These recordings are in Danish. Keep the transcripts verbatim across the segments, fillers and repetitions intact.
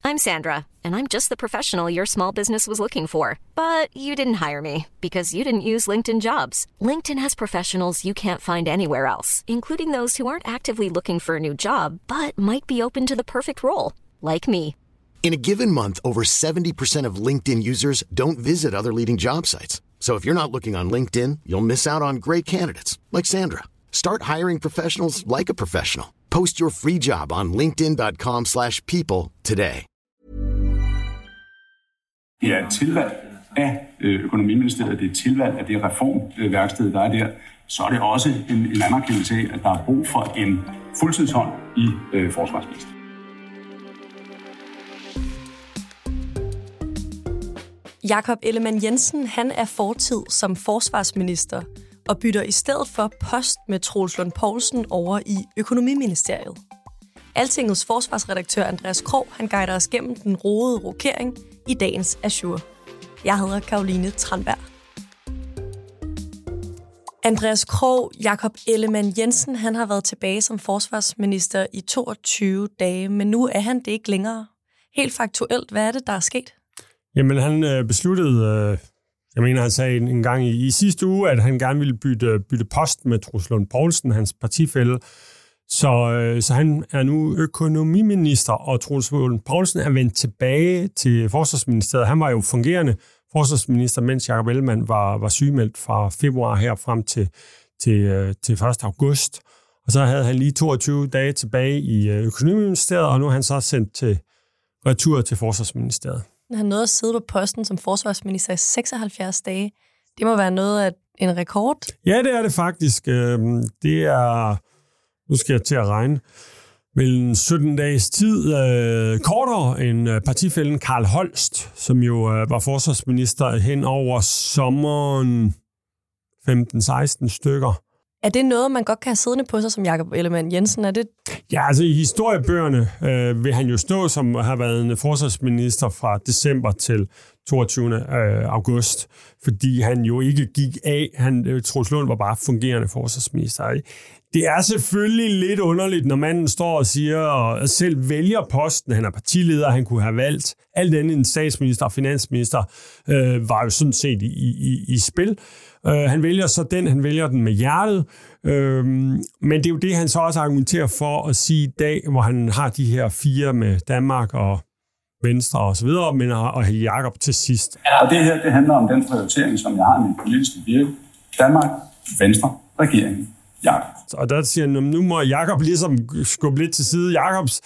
I'm Sandra, and I'm just the professional your small business was looking for. But you didn't hire me because you didn't use LinkedIn Jobs. LinkedIn has professionals you can't find anywhere else, including those who aren't actively looking for a new job, but might be open to the perfect role, like me. In a given month, over seventy percent of LinkedIn users don't visit other leading job sites. So if you're not looking on LinkedIn, you'll miss out on great candidates like Sandra. Start hiring professionals like a professional. Post your free job on linkedin dot com slash people today. Det er et tilvalg af økonomiministeriet, det er et tilvalg af det reformværksted, der er der. Så er det også en, en anerkendelse af, at der er brug for en fuldtidshånd i øh, forsvarsministeriet. Jakob Ellemann-Jensen, han er fortid som forsvarsminister og bytter i stedet for post med Troels Lund Poulsen over i Økonomiministeriet. Altingets forsvarsredaktør Andreas Krog, han guider os gennem den rodede rokering i dagens Azure. Jeg hedder Caroline Tranberg. Andreas Krog, Jakob Ellemann-Jensen, han har været tilbage som forsvarsminister i toogtyve dage, men nu er han det ikke længere. Helt faktuelt, hvad er det, der er sket? Jamen, han øh, besluttede, øh, jeg mener, han sagde en, en gang i, i sidste uge, at han gerne ville bytte, bytte post med Troels Lund Poulsen, hans partifælle. Så, øh, så han er nu økonomiminister, og Troels Lund Poulsen er vendt tilbage til forsvarsministeriet. Han var jo fungerende forsvarsminister, mens Jakob Ellemann var, var sygemeldt fra februar her frem til, til, øh, til første august. Og så havde han lige toogtyve dage tilbage i øh, økonomiministeriet, og nu er han så sendt til retur til forsvarsministeriet. Han nåede at sidde på posten som forsvarsminister i seksoghalvfjerds dage. Det må være noget af en rekord. Ja, det er det faktisk. Det er, nu skal jeg til at regne, vel sytten dages tid øh, kortere end partifællen Carl Holst, som jo øh, var forsvarsminister hen over sommeren femten seksten stykker. Er det noget, man godt kan have siddende på sig som Jakob Ellemann-Jensen? Er det? Ja, altså i historiebøgerne øh, vil han jo stå som har været en forsvarsminister fra december til toogtyvende august, fordi han jo ikke gik af. Han, Troels Lund var bare fungerende forsvarsminister. Det er selvfølgelig lidt underligt, når manden står og siger, og selv vælger posten. Han er partileder, han kunne have valgt. Alt andet end statsminister og finansminister øh, var jo sådan set i, i, i spil. Uh, han vælger så den, han vælger den med hjertet. Uh, men det er jo det, han så også argumenterer for at sige i dag, hvor han har de her fire med Danmark og Venstre og så videre, men at have Jakob til sidst. Og det her, det handler om den prioritering, som jeg har i min politiske virke. Danmark, Venstre, regeringen, Jakob. Og der siger han, nu må Jakob ligesom skubbe lidt til side. Jakobs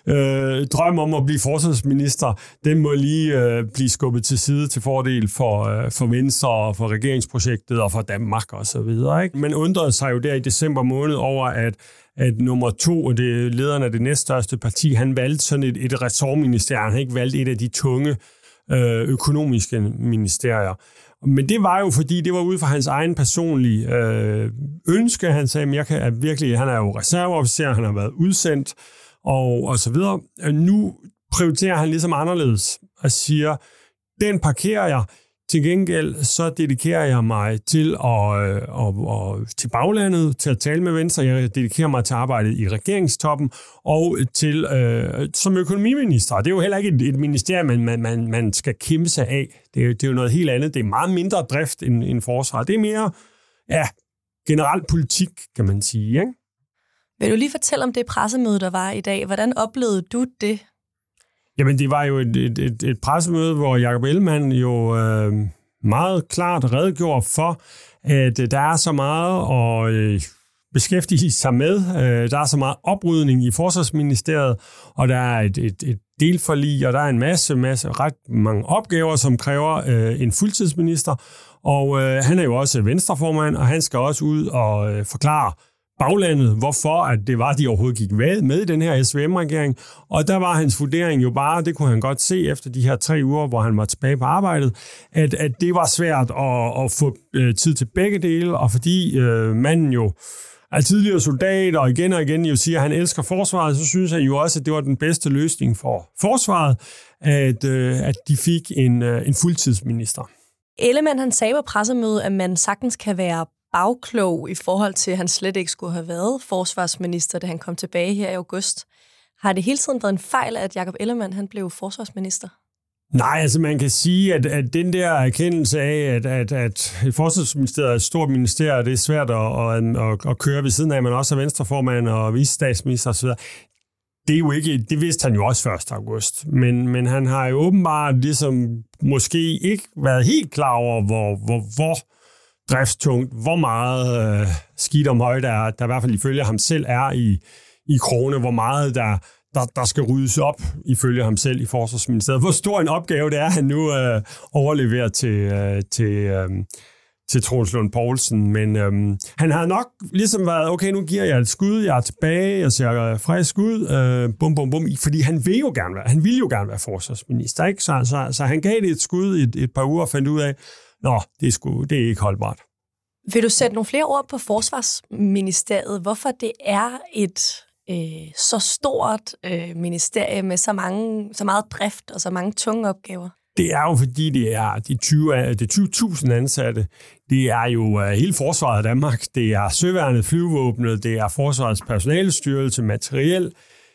øh, drøm om at blive forsvarsminister, den må lige øh, blive skubbet til side til fordel for, øh, for Venstre og for regeringsprojektet og for Danmark og så videre. Ikke? Man undrede sig jo der i december måned over, at, at nummer to, det lederen af det næststørste parti, han valgte sådan et, et ressortministerium. Han har ikke valgt et af de tunge øh, økonomiske ministerier. Men det var jo, fordi det var ud fra hans egen personlige øh, ønske. Han sagde, at jeg kan at virkelig, han er jo reserveofficer, han har været udsendt og, og så videre. Nu prioriterer han ligesom anderledes og siger, den parkerer jeg. Til gengæld så dedikerer jeg mig til, at, øh, og, og, til baglandet, til at tale med Venstre. Jeg dedikerer mig til arbejdet i regeringstoppen og til øh, som økonomiminister. Det er jo heller ikke et, et ministerium, man, man, man skal kæmpe sig af. Det er, det er jo noget helt andet. Det er meget mindre drift end, end forsvar. Det er mere ja, generel politik, kan man sige. Ikke? Vil du lige fortælle om det pressemøde, der var i dag? Hvordan oplevede du det? Jamen, det var jo et, et, et, et pressemøde, hvor Jakob Ellemann jo øh, meget klart redegjorde for, at der er så meget at øh, beskæftige sig med. Øh, der er så meget oprydning i Forsvarsministeriet, og der er et, et, et delforlig, og der er en masse, masse, ret mange opgaver, som kræver øh, en fuldtidsminister. Og øh, han er jo også venstreformand, og han skal også ud og øh, forklare baglandet, hvorfor at det var, de overhovedet gik med i den her S V M-regering. Og der var hans vurdering jo bare, det kunne han godt se efter de her tre uger, hvor han var tilbage på arbejdet, at, at det var svært at, at få øh, tid til begge dele, og fordi øh, manden jo er tidligere soldat, og igen og igen jo siger, at han elsker forsvaret, så synes han jo også, at det var den bedste løsning for forsvaret, at, øh, at de fik en, øh, en fuldtidsminister. Ellemann, han sagde på pressemødet, at man sagtens kan være bagklog i forhold til, at han slet ikke skulle have været forsvarsminister, da han kom tilbage her i august. Har det hele tiden været en fejl, at Jakob Ellemann han blev forsvarsminister? Nej, altså man kan sige, at, at den der erkendelse af, at, at, at et forsvarsministeriet er et stort ministerium, det er svært at, at, at, at køre ved siden af, man også er venstreformand og vicestatsminister osv., det er jo ikke, det vidste han jo også første august, men, men han har jo åbenbart ligesom måske ikke været helt klar over, hvor, hvor, hvor driftstungt, hvor meget øh, skidt om højde der, der i hvert fald ifølge ham selv er i, i krone, hvor meget der, der, der skal ryddes op ifølge ham selv i forsvarsministeriet. Hvor stor en opgave det er, han nu øh, overleverer til, øh, til, øh, til Troels Lund Poulsen. Men øh, han har nok ligesom været, okay, nu giver jeg et skud, jeg er tilbage, jeg ser frisk ud, øh, bum, bum, bum, fordi han vil jo gerne være, han vil jo gerne være forsvarsminister, ikke? Så, så, så han gav det et skud et, et par uger og fandt ud af, nå, det er, sgu, det er ikke holdbart. Vil du sætte nogle flere ord på forsvarsministeriet? Hvorfor det er et øh, så stort øh, ministerie med så, mange, så meget drift og så mange tunge opgaver? Det er jo fordi, det er de tyve tusind ansatte. Det er jo uh, hele forsvaret af Danmark. Det er søværnet, flyvevåbnet, det er forsvarets personalestyrelse, materiel.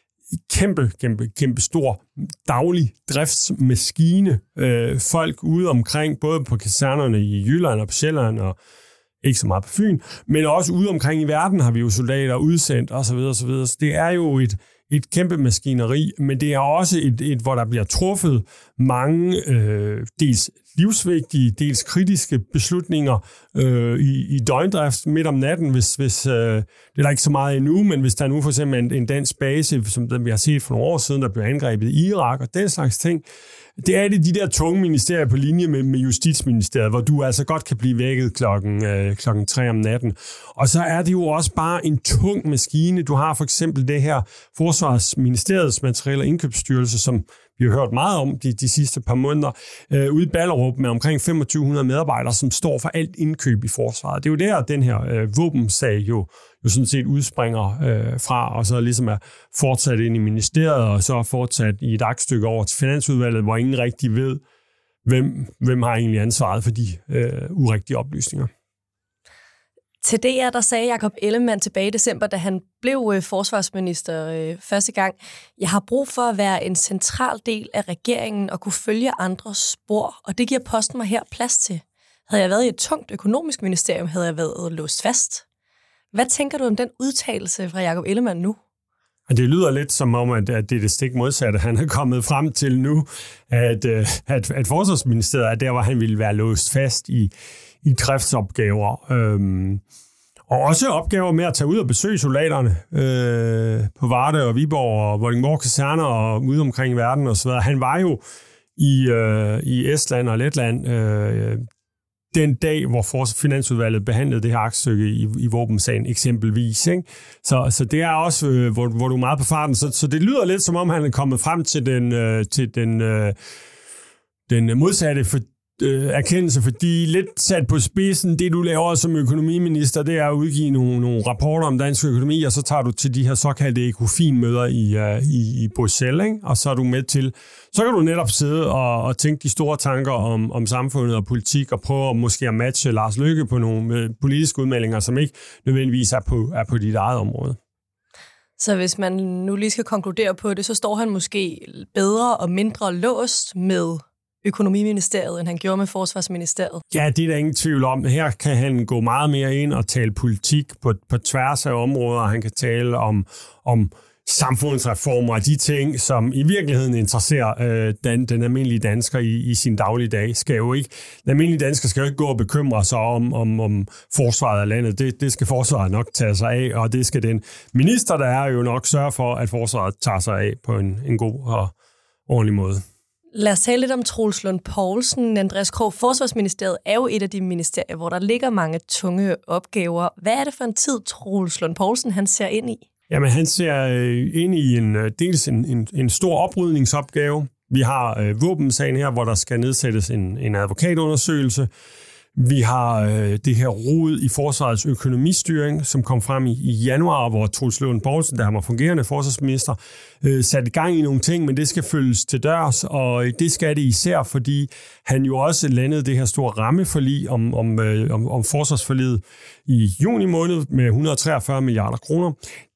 Kæmpe, kæmpe, kæmpe stor daglig driftsmaskine. Øh, folk ude omkring, både på kasernerne i Jylland og på Sjælland, og ikke så meget på Fyn, men også ude omkring i verden har vi jo soldater udsendt osv. osv. Så det er jo et, et kæmpe maskineri, men det er også et, et hvor der bliver truffet mange øh, dels livsvigtige, dels kritiske beslutninger øh, i, i døgndrift midt om natten, hvis, hvis øh, det er der ikke så meget endnu, men hvis der nu for eksempel en, en dansk base, som den vi har set for nogle år siden, der blev angrebet i Irak og den slags ting, det er det de der tunge ministerier på linje med, med Justitsministeriet, hvor du altså godt kan blive vækket klokken, øh, klokken tre om natten. Og så er det jo også bare en tung maskine. Du har for eksempel det her Forsvarsministeriets materiel- og indkøbsstyrelse, som vi har hørt meget om de, de sidste par måneder, øh, ude i Ballerup med omkring femogtyve hundrede medarbejdere, som står for alt indkøb i forsvaret. Det er jo der, den her øh, våbensag jo, jo sådan set udspringer øh, fra, og så ligesom er fortsat ind i ministeriet, og så er fortsat i et aktstykke over til Finansudvalget, hvor ingen rigtig ved, hvem, hvem har egentlig ansvaret for de øh, urigtige oplysninger. Til D R, der sagde Jakob Ellemann tilbage i december, da han blev øh, forsvarsminister øh, første gang, jeg har brug for at være en central del af regeringen og kunne følge andres spor, og det giver posten mig her plads til. Havde jeg været i et tungt økonomisk ministerium, havde jeg været låst fast. Hvad tænker du om den udtalelse fra Jakob Ellemann nu? Det lyder lidt som om, at det er det stik modsatte, han er kommet frem til nu, at, at, at forsvarsministeriet er der, hvor han ville være låst fast i, i driftsopgaver. Øhm, og også opgaver med at tage ud og besøge soldaterne øh, på Varde og Viborg og Vordingborg kaserner og ude omkring i verden osv. Han var jo i, øh, i Estland og Letland øh, den dag, hvor Finansudvalget behandlede det her aktstykke i, i våbensagen eksempelvis. Ikke? Så, så det er også, øh, hvor, hvor du er meget på farten. Så, så det lyder lidt, som om han er kommet frem til den, øh, til den, øh, den modsatte for, øh, erkendelse, fordi lidt sat på spidsen, det du laver som økonomiminister, det er at udgive nogle, nogle rapporter om dansk økonomi, og så tager du til de her såkaldte ECOFIN-møder i, uh, i, i Bruxelles, ikke? Og så er du med til, så kan du netop sidde og, og tænke de store tanker om, om samfundet og politik, og prøve at måske at matche Lars Løkke på nogle politiske udmeldinger, som ikke nødvendigvis er på, er på dit eget område. Så hvis man nu lige skal konkludere på det, så står han måske bedre og mindre låst med økonomiministeriet, end han gjorde med forsvarsministeriet. Ja, det er der ingen tvivl om. Her kan han gå meget mere ind og tale politik på, på tværs af områder. Han kan tale om, om samfundsreformer og de ting, som i virkeligheden interesserer øh, den, den almindelige dansker i, i sin daglige dag. Skal jo ikke, den almindelige dansker skal jo ikke gå og bekymre sig om, om, om forsvaret af landet. Det, det skal forsvaret nok tage sig af, og det skal den minister, der er, jo nok sørge for, at forsvaret tager sig af på en, en god og ordentlig måde. Lad os tale lidt om Troels Lund Poulsen. Andreas Krogh, Forsvarsministeriet er jo et af de ministerier, hvor der ligger mange tunge opgaver. Hvad er det for en tid, Troels Lund Poulsen han ser ind i? Jamen, han ser ind i en, dels en, en, en stor oprydningsopgave. Vi har øh, våbensagen her, hvor der skal nedsættes en, en advokatundersøgelse. Vi har øh, det her rod i forsvarets økonomistyring, som kom frem i, i januar, hvor Troels Lund Poulsen, der var fungerende forsvarsminister, øh, satte i gang i nogle ting, men det skal følges til dørs, og det skal det især, fordi han jo også landede det her store rammeforlig om, om, øh, om, om forsvarsforliget i juni måned med et hundrede og treogfyrre milliarder kroner.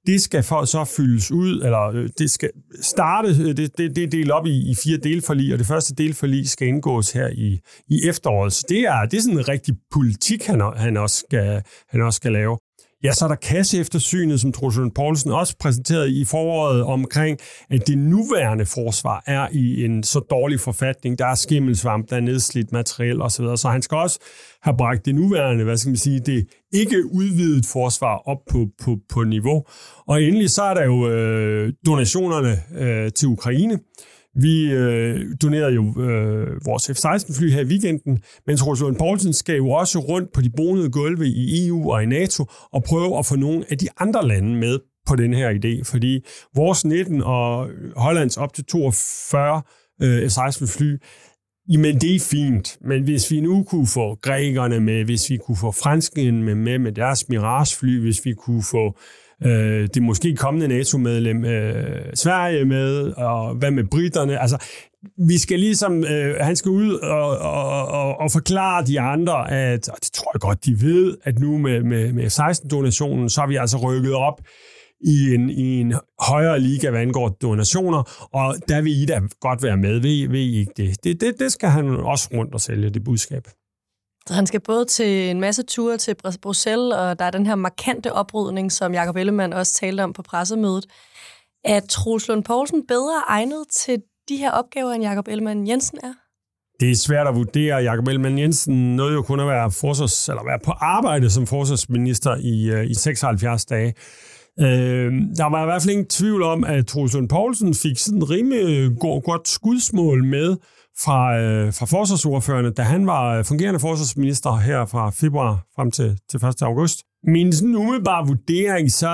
Det skal for, så fyldes ud, eller det skal starte, det, det, det er delt op i, i fire delforlig, og det første delforlig skal indgås her i, i efteråret. Så det er, det er sådan en rigtig politik, han, han, også skal, han også skal lave. Ja, så er der kasseeftersynet, som Troels Lund Poulsen også præsenterede i foråret omkring, at det nuværende forsvar er i en så dårlig forfatning. Der er skimmelsvamp, der er nedslidt materiel osv. Så han skal også have bragt det nuværende, hvad skal man sige, det ikke udvidet forsvar op på, på, på niveau. Og endelig så er der jo øh, donationerne øh, til Ukraine. Vi øh, donerede jo øh, vores F seksten fly her i weekenden, men Troels Lund Poulsen skal jo også rundt på de bonede gulve i E U og i NATO og prøve at få nogle af de andre lande med på den her idé, fordi vores nitten og Hollands op til toogfyrre øh, F seksten fly, jamen det er fint, men hvis vi nu kunne få grækerne med, hvis vi kunne få franskmændene med, med med deres Mirage-fly, hvis vi kunne få øh, det måske kommende NATO-medlem øh, Sverige med, og hvad med britterne, altså vi skal ligesom, øh, han skal ud og, og, og, og forklare de andre, at, og det tror jeg godt, de ved, at nu med, med, med F seksten-donationen, så er vi altså rykket op i en, i en højere liga, hvad angår donationer, og der vil I da godt være med, ved, ved I ikke det? Det, det? det skal han også rundt og sælge, det budskab. Så han skal både til en masse ture til Bruxelles, og der er den her markante oprydning, som Jakob Ellemann også talte om på pressemødet. Er Troels Lund Poulsen bedre egnet til de her opgaver, end Jakob Ellemann Jensen er? Det er svært at vurdere. Jakob Ellemann Jensen nåede jo kun at være, forsvars, eller være på arbejde som forsvarsminister i, i seksoghalvfjerds dage. Øh, der var i hvert fald ingen tvivl om, at Troels Lund Poulsen fik sådan en rimelig god, godt skudsmål med fra, øh, fra forsvarsordførerne, da han var fungerende forsvarsminister her fra februar frem til, til første august. Min sådan umiddelbare vurdering, så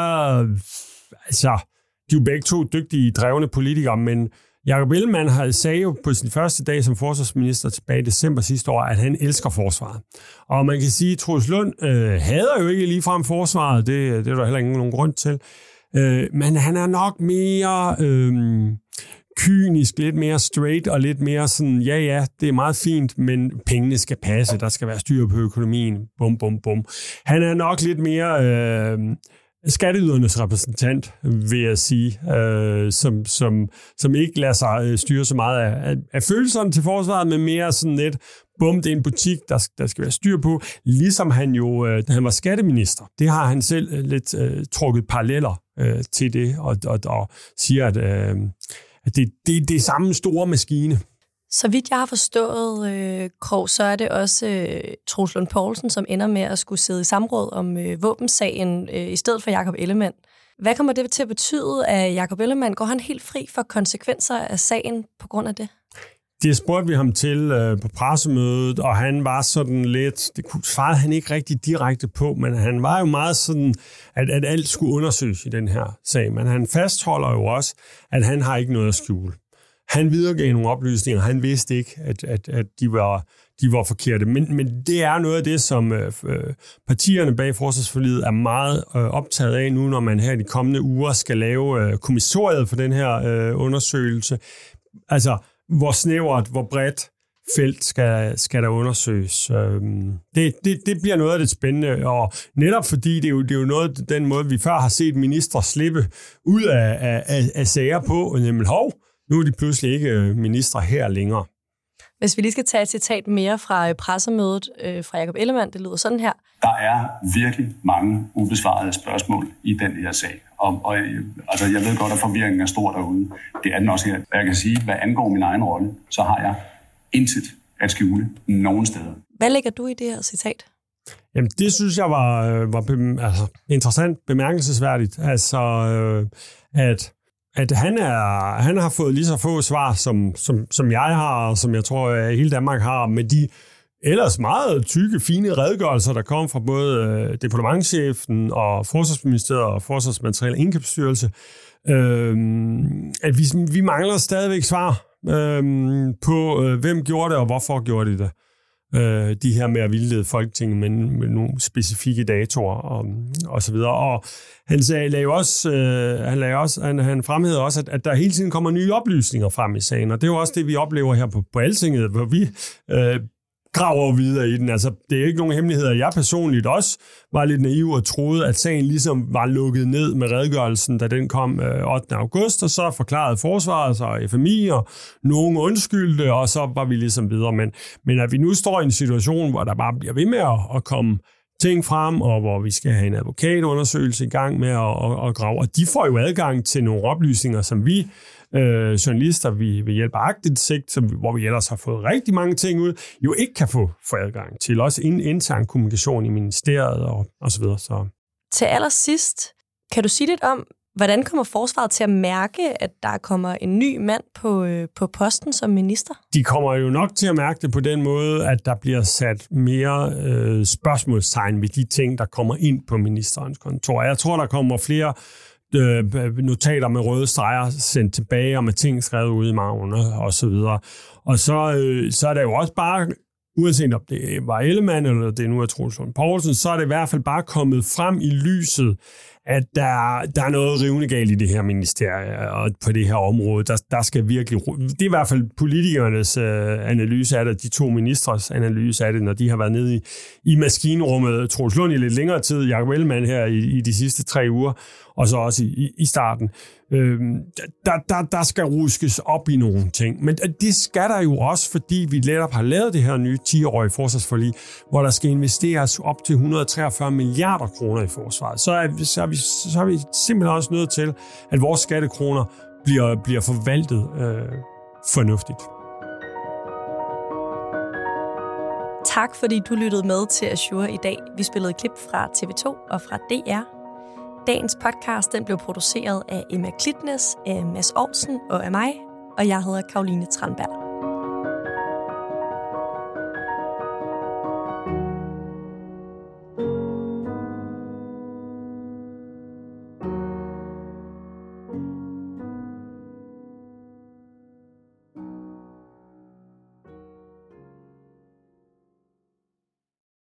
altså, de er jo begge to dygtige, drevne politikere, men Jakob Ellemann havde sagde jo på sin første dag som forsvarsminister tilbage i december sidste år, at han elsker forsvaret. Og man kan sige, at Troels Lund øh, hader jo ikke ligefrem forsvaret, det, det er der heller ingen nogen grund til. Øh, men han er nok mere øh, kynisk, lidt mere straight og lidt mere sådan, ja ja, det er meget fint, men pengene skal passe, der skal være styr på økonomien, bum bum bum. Han er nok lidt mere Øh, skatteydernes repræsentant, vil jeg sige, øh, som, som, som ikke lader sig styre så meget af, af, af følelserne til forsvaret, men mere sådan lidt, bum, det er en butik, der, der skal være styr på, ligesom han jo, øh, da han var skatteminister. Det har han selv øh, lidt øh, trukket paralleller øh, til det, og, og, og siger, at, øh, at det, det, det er samme store maskine. Så vidt jeg har forstået, øh, Krog, så er det også øh, Troels Lund Poulsen, som ender med at skulle sidde i samråd om øh, våbensagen øh, i stedet for Jakob Ellemann. Hvad kommer det til at betyde, at Jakob Ellemann går han helt fri for konsekvenser af sagen på grund af det? Det spurgte vi ham til øh, på pressemødet, og han var sådan lidt, det svarede han ikke rigtig direkte på, men han var jo meget sådan, at, at alt skulle undersøges i den her sag. Men han fastholder jo også, at han har ikke noget at skjule. Han videregav nogle oplysninger, han vidste ikke, at, at, at de, var, de var forkerte. Men, men det er noget af det, som øh, partierne bag forsvarsforliget er meget øh, optaget af nu, når man her i de kommende uger skal lave øh, kommissoriet for den her øh, undersøgelse. Altså, hvor snævert, hvor bredt felt skal, skal der undersøges. Øh, det, det, det bliver noget af det spændende, og netop fordi det er jo, det er jo noget den måde, vi før har set ministre slippe ud af, af, af, af sager på, nemlig hov, nu er de pludselig ikke ministre her længere. Hvis vi lige skal tage et citat mere fra pressemødet øh, fra Jakob Ellemann, det lyder sådan her. Der er virkelig mange ubesvarede spørgsmål i den her sag. Og, og altså, jeg ved godt, at forvirringen er stor derude. Det er den også her. Og jeg kan sige, hvad angår min egen rolle, så har jeg intet at skjule nogen steder. Hvad lægger du i det her citat? Jamen, det synes jeg var, var be, altså, interessant, bemærkelsesværdigt. Altså, øh, at at han, er, han har fået lige så få svar, som, som, som jeg har, og som jeg tror, at hele Danmark har, med de ellers meget tykke, fine redegørelser, der kom fra både øh, departementschefen og Forsvarsministeriet og Forsvarsmateriel og Indkøbsstyrelse. Øh, at vi, vi mangler stadigvæk svar øh, på, øh, hvem gjorde det, og hvorfor gjorde de det. Øh, de her med at vildlede Folketinget med, med nogle specifikke datoer og, og så videre. Og han sagde, lagde også, øh, han, lagde også, han, han fremhævede også, at, at der hele tiden kommer nye oplysninger frem i sagen, og det er jo også det, vi oplever her på, på Altinget, hvor vi øh, graver videre i den. Altså, det er ikke nogen hemmeligheder. Jeg personligt også var lidt naiv og troede, at sagen ligesom var lukket ned med redegørelsen, da den kom ottende august, og så forklarede forsvaret sig og F M I, og nogen undskyldte, og så var vi ligesom videre. Men, men at vi nu står i en situation, hvor der bare bliver ved med at, at komme ting frem, og hvor vi skal have en advokatundersøgelse i gang med at, at, at grave. Og de får jo adgang til nogle oplysninger, som vi øh, journalister vi, ved hjælp af aktindsigt, som, hvor vi ellers har fået rigtig mange ting ud, jo ikke kan få, få adgang til. Også in, intern kommunikation i ministeriet og, og så videre. Så. Til allersidst, kan du sige lidt om, hvordan kommer forsvaret til at mærke, at der kommer en ny mand på, øh, på posten som minister? De kommer jo nok til at mærke det på den måde, at der bliver sat mere øh, spørgsmålstegn ved de ting, der kommer ind på ministerens kontor. Jeg tror, der kommer flere øh, notater med røde streger sendt tilbage, og med ting skrevet ude i maven og så videre. Og så, øh, så er der jo også bare, uanset om det var Ellemann, eller det nu er Troels Lund Poulsen, så er det i hvert fald bare kommet frem i lyset, at der, der er noget rivende galt i det her ministerie og på det her område. Der, der skal virkelig... Det er i hvert fald politikernes øh, analyse af det, de to ministres analyse af det, når de har været nede i, i maskinrummet. Troels Lund i lidt længere tid, Jakob Ellemann her i, i de sidste tre uger, og så også i, i starten. Øh, der, der, der skal ruskes op i nogle ting. Men det skal der jo også, fordi vi netop har lavet det her nye ti-årige forsvarsforlig, hvor der skal investeres op til et hundrede og treogfyrre milliarder kroner i forsvaret. Så er, så er vi så er vi simpelthen også nødt til, at vores skattekroner bliver, bliver forvaltet øh, fornuftigt. Tak fordi du lyttede med til Azure i dag. Vi spillede klip fra T V to og fra D R. Dagens podcast den blev produceret af Emma Klitnes, af Mads Aarhusen og af mig, og jeg hedder Caroline Tranberg.